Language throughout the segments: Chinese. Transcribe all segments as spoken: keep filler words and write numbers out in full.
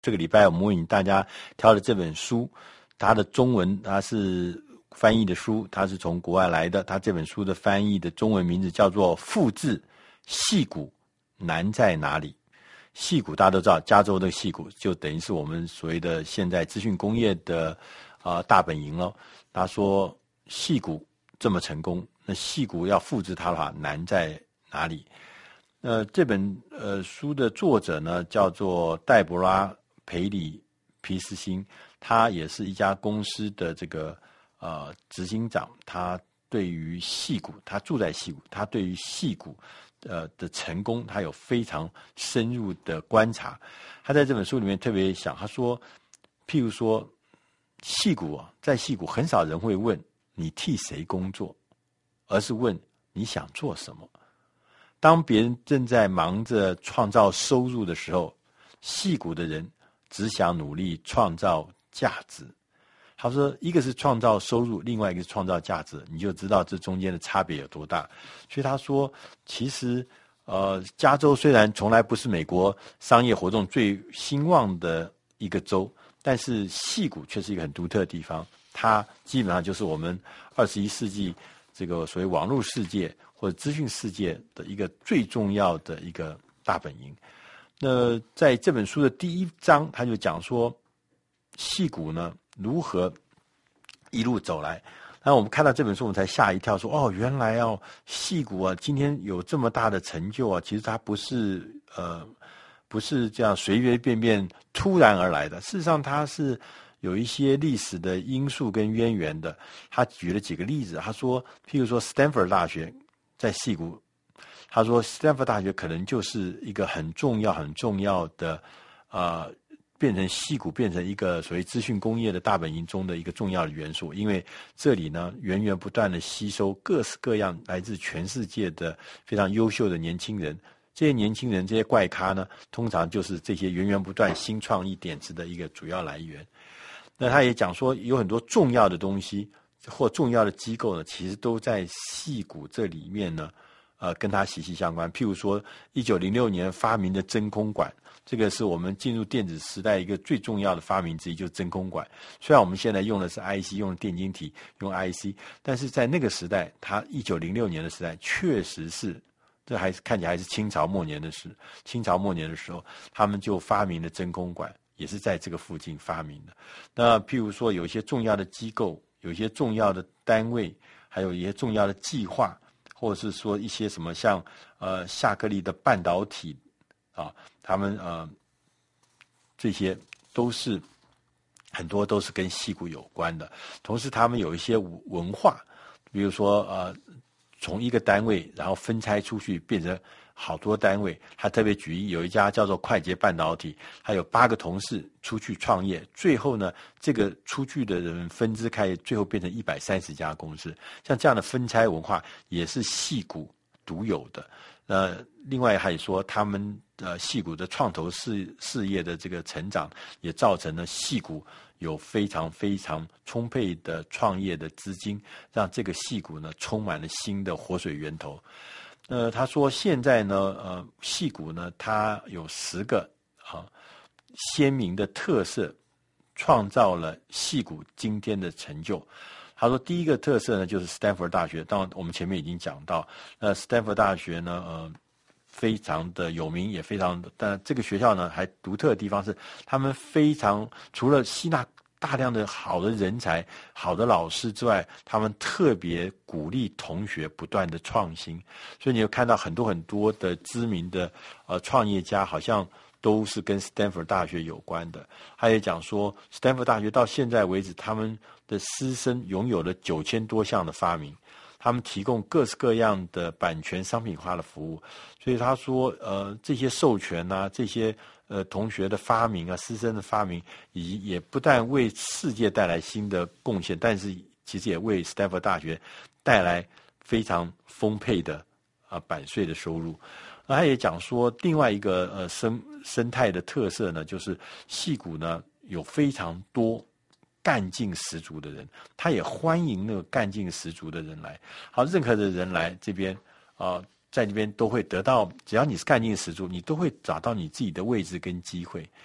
这个礼拜我们为大家挑的这本书，它的中文它是翻译的书，它是从国外来的。它这本书的翻译的中文名字叫做《复制矽谷难在哪里》。矽谷大家都知道，加州的矽谷就等于是我们所谓的现在资讯工业的呃大本营了。他说矽谷这么成功，那矽谷要复制它的话难在哪里？呃，这本呃书的作者呢叫做黛博拉培里皮斯辛，他也是一家公司的这个呃执行长。他对于矽谷，他住在矽谷，他对于矽谷呃的成功，他有非常深入的观察。他在这本书里面特别想，他说，譬如说矽谷啊，在矽谷很少人会问你替谁工作，而是问你想做什么。当别人正在忙着创造收入的时候，矽谷的人只想努力创造价值。他说一个是创造收入，另外一个是创造价值，你就知道这中间的差别有多大。所以他说其实呃，加州虽然从来不是美国商业活动最兴旺的一个州，但是矽谷却是一个很独特的地方。它基本上就是我们二十一世纪这个所谓网络世界或者资讯世界的一个最重要的一个大本营。那在这本书的第一章，他就讲说矽谷呢如何一路走来。然后我们看到这本书，我们才吓一跳说，哦，原来哦，矽谷啊，今天有这么大的成就啊，其实它不是呃，不是这样随随便便突然而来的。事实上，它是有一些历史的因素跟渊源的。他举了几个例子，他说，譬如说斯坦福大学在矽谷，他说斯坦福大学可能就是一个很重要、很重要的呃。变成矽谷变成一个所谓资讯工业的大本营中的一个重要的元素，因为这里呢源源不断的吸收各式各样来自全世界的非常优秀的年轻人。这些年轻人这些怪咖呢，通常就是这些源源不断新创意点子的一个主要来源。那他也讲说，有很多重要的东西或重要的机构呢，其实都在矽谷这里面呢呃，跟它息息相关。譬如说一九零六年发明的真空管，这个是我们进入电子时代一个最重要的发明之一，就是真空管。虽然我们现在用的是 I C， 用电晶体，用 I C， 但是在那个时代，它一九零六年的时代确实是，这还是看起来还是清朝末年的事。清朝末年的时候，他们就发明了真空管，也是在这个附近发明的。那譬如说有一些重要的机构，有一些重要的单位，还有一些重要的计划，或者是说一些什么像呃夏克利的半导体啊，他们呃这些都是很多都是跟矽谷有关的。同时他们有一些文化，比如说呃从一个单位然后分拆出去变成好多单位。他特别举例，有一家叫做快捷半导体，还有八个同事出去创业，最后呢这个出去的人分支开，最后变成一百三十家公司。像这样的分拆文化也是矽谷独有的。呃，另外还说他们呃矽谷的创投事事业的这个成长，也造成了矽谷有非常非常充沛的创业的资金，让这个矽谷呢充满了新的活水源头。呃，他说现在呢，呃，矽谷呢，它有十个啊鲜明的特色，创造了矽谷今天的成就。他说第一个特色呢，就是斯坦福大学。当然我们前面已经讲到，呃，斯坦福大学呢，呃，非常的有名，也非常的，但这个学校呢，还独特的地方是，他们非常除了吸纳大量的好的人才、好的老师之外，他们特别鼓励同学不断的创新。所以你有看到很多很多的知名的呃创业家，好像都是跟斯坦福大学有关的。他也讲说，斯坦福大学到现在为止，他们的师生拥有了九千多项的发明，他们提供各式各样的版权商品化的服务。所以他说，呃，这些授权啊，这些呃同学的发明啊，师生的发明，也也不但为世界带来新的贡献，但是其实也为斯坦福大学带来非常丰沛的啊、呃、版税的收入。那他也讲说，另外一个呃生生态的特色呢，就是矽谷呢有非常多干劲十足的人，他也欢迎那个干劲十足的人来。好，任何的人来这边啊、呃，在这边都会得到，只要你是干劲十足，你都会找到你自己的位置跟机会。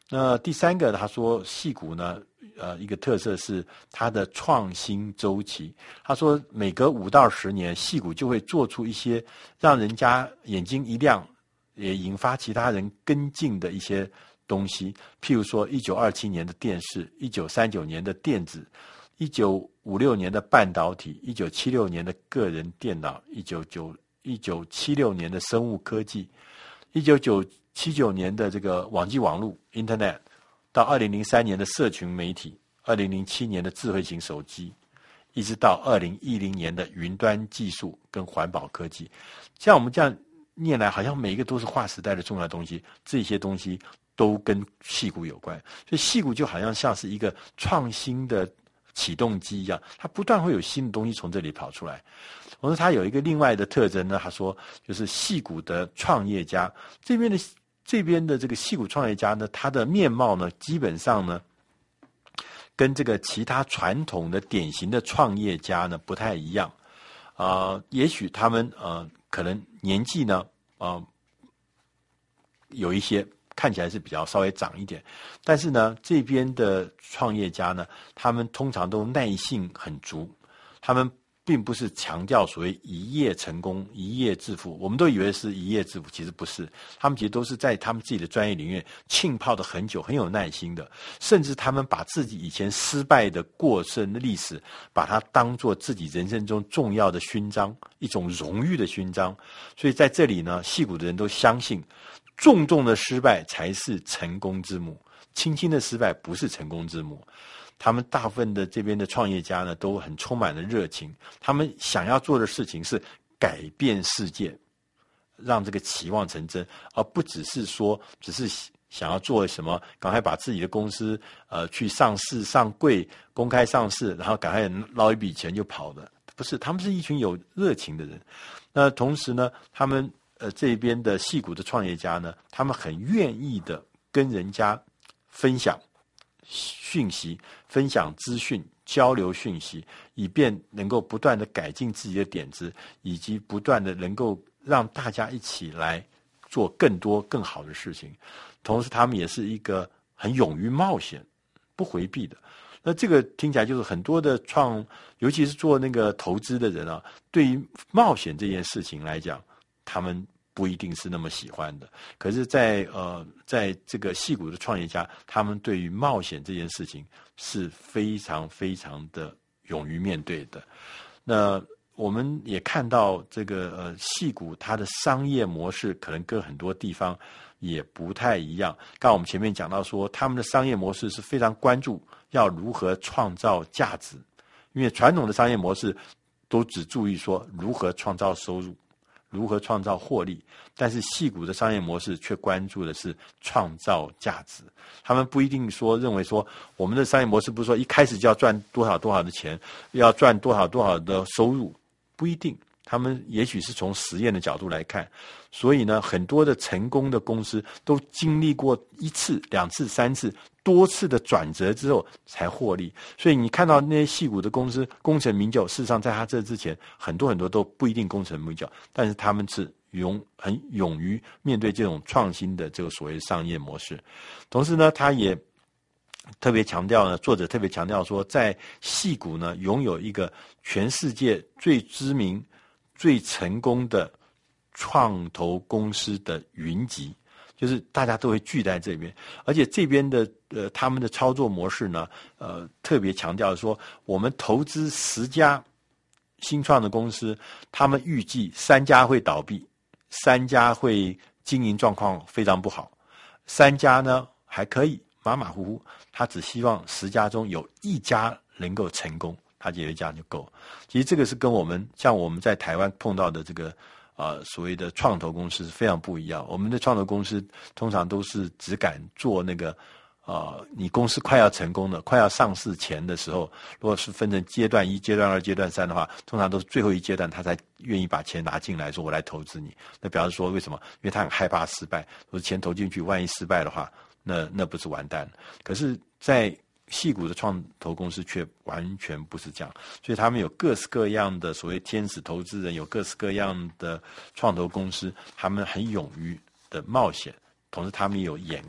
那第三个，他说矽谷呢，呃，一个特色是它的创新周期。他说每隔五到十年，矽谷就会做出一些让人家眼睛一亮，也引发其他人跟进的一些东西。譬如说，一九二七年的电视，一九三九年的电子，一九五六年的半导体，一九七六年的个人电脑，一九九一九七六年的生物科技，一九九七九年的这个网际网络 Internet， 到二零零三年的社群媒体，二零零七年的智慧型手机，一直到二零一零年的云端技术跟环保科技。像我们这样念来，好像每一个都是划时代的重要东西，这些东西都跟矽谷有关。所以矽谷就好像像是一个创新的启动机一样，它不断会有新的东西从这里跑出来。同时它有一个另外的特征呢，他说就是矽谷的创业家这边的这边的这个矽谷创业家呢，他的面貌呢，基本上呢，跟这个其他传统的典型的创业家呢不太一样。啊、呃，也许他们呃可能年纪呢啊、呃、有一些看起来是比较稍微长一点，但是呢这边的创业家呢，他们通常都耐性很足，他们并不是强调所谓一夜成功、一夜致富。我们都以为是一夜致富，其实不是。他们其实都是在他们自己的专业领域浸泡的很久，很有耐心的。甚至他们把自己以前失败的过程的历史，把它当作自己人生中重要的勋章，一种荣誉的勋章。所以在这里呢，矽谷的人都相信，重重的失败才是成功之母，轻轻的失败不是成功之母。他们大部分的这边的创业家呢，都很充满了热情。他们想要做的事情是改变世界，让这个期望成真，而不只是说，只是想要做什么，赶快把自己的公司呃去上市、上柜、公开上市，然后赶快捞一笔钱就跑的。不是，他们是一群有热情的人。那同时呢，他们呃这边的矽谷的创业家呢，他们很愿意的跟人家分享讯息，分享资讯，交流讯息，以便能够不断的改进自己的点子，以及不断的能够让大家一起来做更多更好的事情。同时他们也是一个很勇于冒险不回避的。那这个听起来就是很多的创，尤其是做那个投资的人啊，对于冒险这件事情来讲，他们不一定是那么喜欢的。可是在呃在这个矽谷的创业家，他们对于冒险这件事情是非常非常的勇于面对的。那我们也看到这个呃矽谷它的商业模式可能跟很多地方也不太一样。刚刚我们前面讲到说，他们的商业模式是非常关注要如何创造价值，因为传统的商业模式都只注意说如何创造收入，如何创造获利，但是矽谷的商业模式却关注的是创造价值。他们不一定说认为说我们的商业模式不是说一开始就要赚多少多少的钱，要赚多少多少的收入，不一定。他们也许是从实验的角度来看，所以呢，很多的成功的公司都经历过一次、两次、三次、多次的转折之后才获利。所以你看到那些矽谷的公司功成名就，事实上在他这之前，很多很多都不一定功成名就，但是他们是勇很勇于面对这种创新的这个所谓商业模式。同时呢，他也特别强调呢，作者特别强调说，在矽谷呢，拥有一个全世界最知名、最成功的创投公司的云集，就是大家都会聚在这边，而且这边的呃他们的操作模式呢，呃特别强调说，我们投资十家新创的公司，他们预计三家会倒闭，三家会经营状况非常不好，三家呢还可以马马虎虎，他只希望十家中有一家能够成功，他觉得这样就够。其实这个是跟我们像我们在台湾碰到的这个呃所谓的创投公司是非常不一样。我们的创投公司通常都是只敢做那个呃你公司快要成功了，快要上市前的时候，如果是分成阶段一、阶段二、阶段三的话，通常都是最后一阶段他才愿意把钱拿进来，说我来投资你。那表示说为什么？因为他很害怕失败，如果钱投进去，万一失败的话，那那不是完蛋了。可是在矽谷的创投公司却完全不是这样，所以他们有各式各样的所谓天使投资人，有各式各样的创投公司，他们很勇于的冒险，同时他们也有眼光，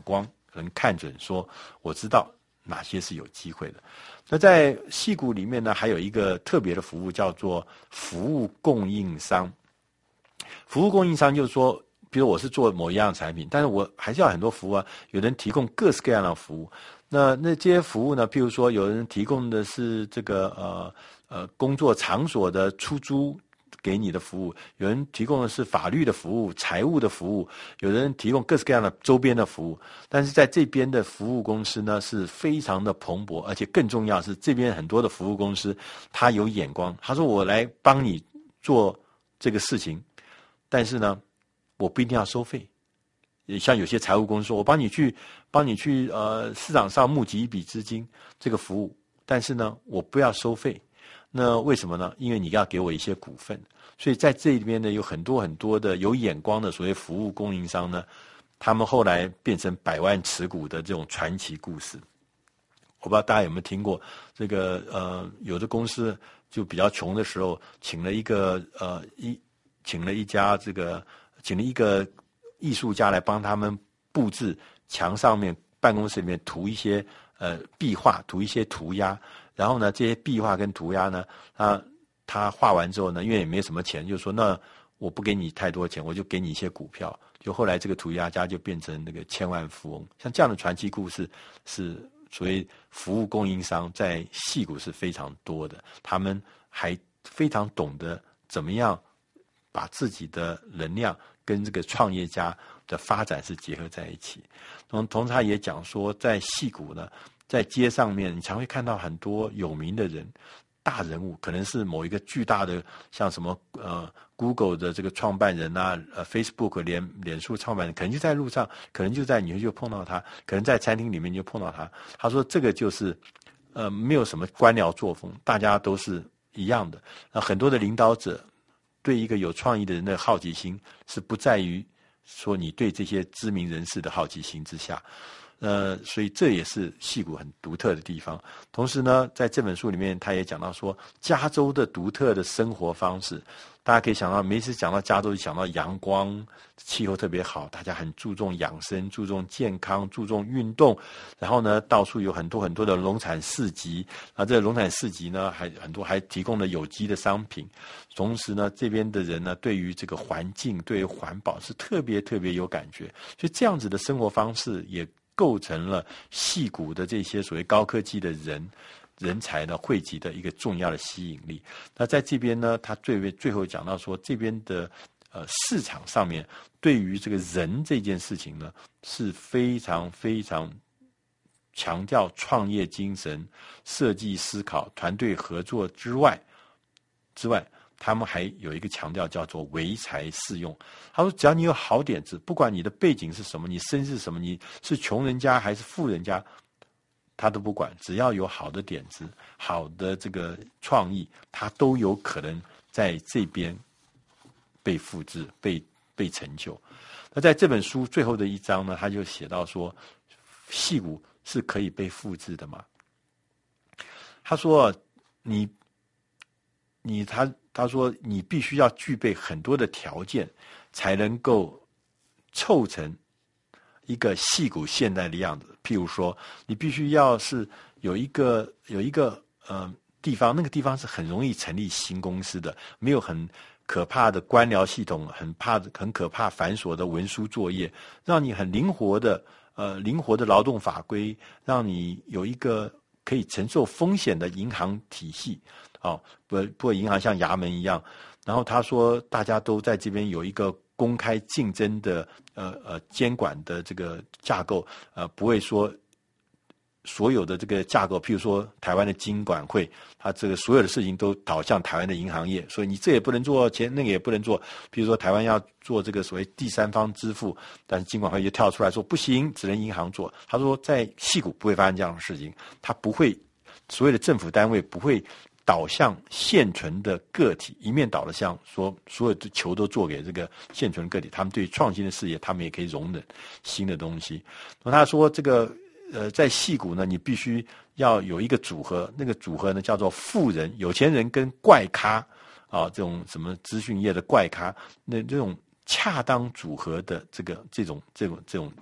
可能看准说我知道哪些是有机会的。那在矽谷里面呢，还有一个特别的服务叫做服务供应商。服务供应商就是说，比如我是做某一样产品，但是我还是要很多服务啊，有人提供各式各样的服务。那那这些服务呢，譬如说有人提供的是这个呃呃工作场所的出租给你的服务，有人提供的是法律的服务、财务的服务，有人提供各式各样的周边的服务。但是在这边的服务公司呢是非常的蓬勃，而且更重要是这边很多的服务公司他有眼光，他说我来帮你做这个事情，但是呢我不一定要收费。像有些财务公司说，我帮你去帮你去呃市场上募集一笔资金，这个服务，但是呢我不要收费。那为什么呢？因为你要给我一些股份。所以在这里面呢有很多很多的有眼光的所谓服务供应商呢，他们后来变成百万持股的这种传奇故事。我不知道大家有没有听过这个呃有的公司就比较穷的时候，请了一个呃一请了一家这个请了一个艺术家来帮他们布置墙上面办公室里面涂一些呃壁画，涂一些涂鸦。然后呢这些壁画跟涂鸦呢，他他画完之后呢，因为也没什么钱，就说那我不给你太多钱，我就给你一些股票。就后来这个涂鸦家就变成那个千万富翁。像这样的传奇故事是所谓服务供应商在矽谷是非常多的，他们还非常懂得怎么样把自己的能量跟这个创业家的发展是结合在一起。同同时他也讲说，在矽谷呢，在街上面你常会看到很多有名的人，大人物，可能是某一个巨大的，像什么呃 Google 的这个创办人啊，呃 Facebook 脸脸书创办人，可能就在路上，可能就在你就碰到他，可能在餐厅里面就碰到他。他说这个就是呃没有什么官僚作风，大家都是一样的。那很多的领导者对一个有创意的人的好奇心是不在于说你对这些知名人士的好奇心之下。呃，所以这也是矽谷很独特的地方。同时呢，在这本书里面，他也讲到说，加州的独特的生活方式，大家可以想到，每次讲到加州，就想到阳光，气候特别好，大家很注重养生、注重健康、注重运动。然后呢，到处有很多很多的农产市集，然后这个农产市集呢，还很多还提供了有机的商品。同时呢，这边的人呢，对于这个环境、对于环保是特别特别有感觉。所以这样子的生活方式也构成了矽谷的这些所谓高科技的人人才呢汇集的一个重要的吸引力。那在这边呢，他最最后讲到说，这边的呃市场上面对于这个人这件事情呢是非常非常强调创业精神、设计思考、团队合作之外之外。他们还有一个强调叫做唯才是用。他说只要你有好点子，不管你的背景是什么，你身世什么，你是穷人家还是富人家，他都不管，只要有好的点子、好的这个创意，他都有可能在这边被复制、被被成就。那在这本书最后的一章呢，他就写到说，矽谷是可以被复制的吗？他说你你他他说你必须要具备很多的条件，才能够凑成一个矽谷现在的样子。譬如说，你必须要是有一个有一个呃地方，那个地方是很容易成立新公司的，没有很可怕的官僚系统，很怕很可怕繁琐的文书作业，让你很灵活的呃灵活的劳动法规，让你有一个可以承受风险的银行体系。哦，不不过银行像衙门一样。然后他说，大家都在这边有一个公开竞争的呃呃监管的这个架构，呃不会说所有的这个架构，譬如说台湾的金管会，它这个所有的事情都导向台湾的银行业，所以你这也不能做，前那个也不能做。譬如说台湾要做这个所谓第三方支付，但是金管会就跳出来说不行，只能银行做。他说在矽谷不会发生这样的事情，他不会，所有的政府单位不会导向现存的个体，一面倒的向说所有的球都做给这个现存个体，他们对创新的事业，他们也可以容忍新的东西。那他说这个呃，在矽谷呢，你必须要有一个组合，那个组合呢叫做富人、有钱人跟怪咖啊，这种什么资讯业的怪咖，那这种恰当组合的这个这种这种这种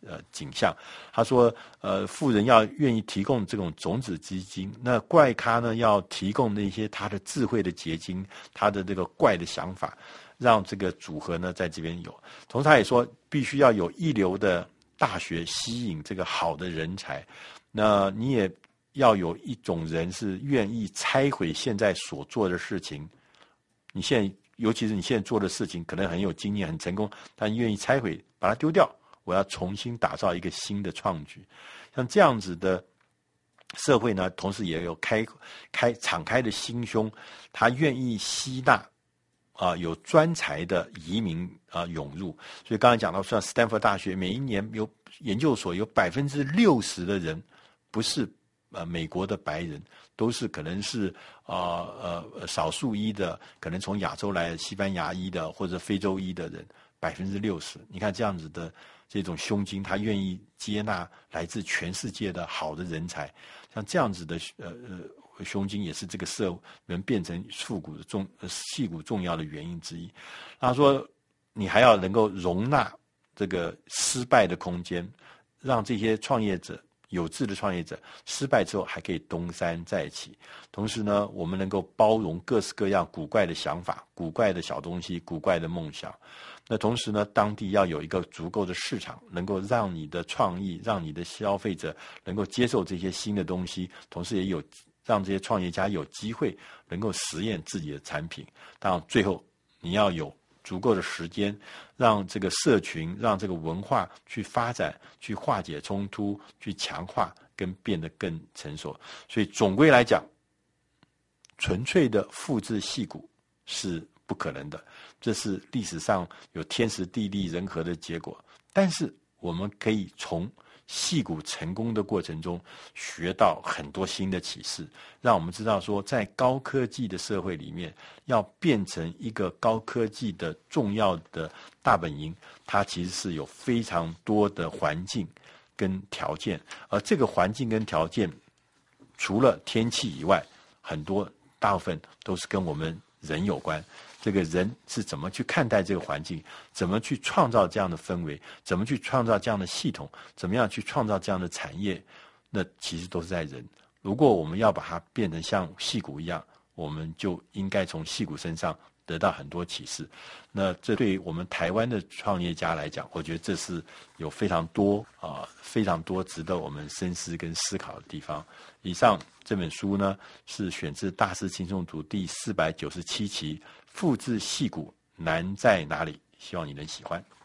呃景象。他说，呃，富人要愿意提供这种种子基金，那怪咖呢要提供那些他的智慧的结晶，他的这个怪的想法，让这个组合呢在这边有。同时他也说，必须要有一流的大学吸引这个好的人才，那你也要有一种人是愿意拆毁现在所做的事情。你现在，尤其是你现在做的事情，可能很有经验、很成功，但愿意拆毁，把它丢掉，我要重新打造一个新的创举。像这样子的社会呢，同时也有开开敞开的心胸，他愿意吸纳啊、呃、有专才的移民啊、呃、涌入。所以刚才讲到，像斯坦福大学每一年有研究所有百分之六十的人不是呃美国的白人，都是可能是啊 呃, 呃少数裔的，可能从亚洲来的西班牙裔的或者非洲裔的人，百分之六十。你看这样子的这种胸襟，他愿意接纳来自全世界的好的人才，像这样子的呃呃胸襟，也是这个社能变成复古的重呃矽谷重要的原因之一。他说，你还要能够容纳这个失败的空间，让这些创业者。有志的创业者失败之后还可以东山再起，同时呢，我们能够包容各式各样古怪的想法、古怪的小东西、古怪的梦想。那同时呢，当地要有一个足够的市场，能够让你的创意、让你的消费者能够接受这些新的东西，同时也有让这些创业家有机会能够实验自己的产品。当然，最后你要有足够的时间，让这个社群、让这个文化去发展、去化解冲突、去强化跟变得更成熟。所以总归来讲，纯粹的复制矽谷是不可能的，这是历史上有天时地利人和的结果。但是我们可以从矽谷成功的过程中学到很多新的启示，让我们知道说，在高科技的社会里面，要变成一个高科技的重要的大本营，它其实是有非常多的环境跟条件，而这个环境跟条件，除了天气以外，很多大部分都是跟我们人有关。这个人是怎么去看待这个环境，怎么去创造这样的氛围，怎么去创造这样的系统，怎么样去创造这样的产业，那其实都是在人。如果我们要把它变成像矽谷一样，我们就应该从矽谷身上得到很多启示。那这对于我们台湾的创业家来讲，我觉得这是有非常多啊、呃，非常多值得我们深思跟思考的地方。以上这本书呢，是选自《大师轻松读》第四百九十七期，复制矽谷难在哪里？希望你能喜欢。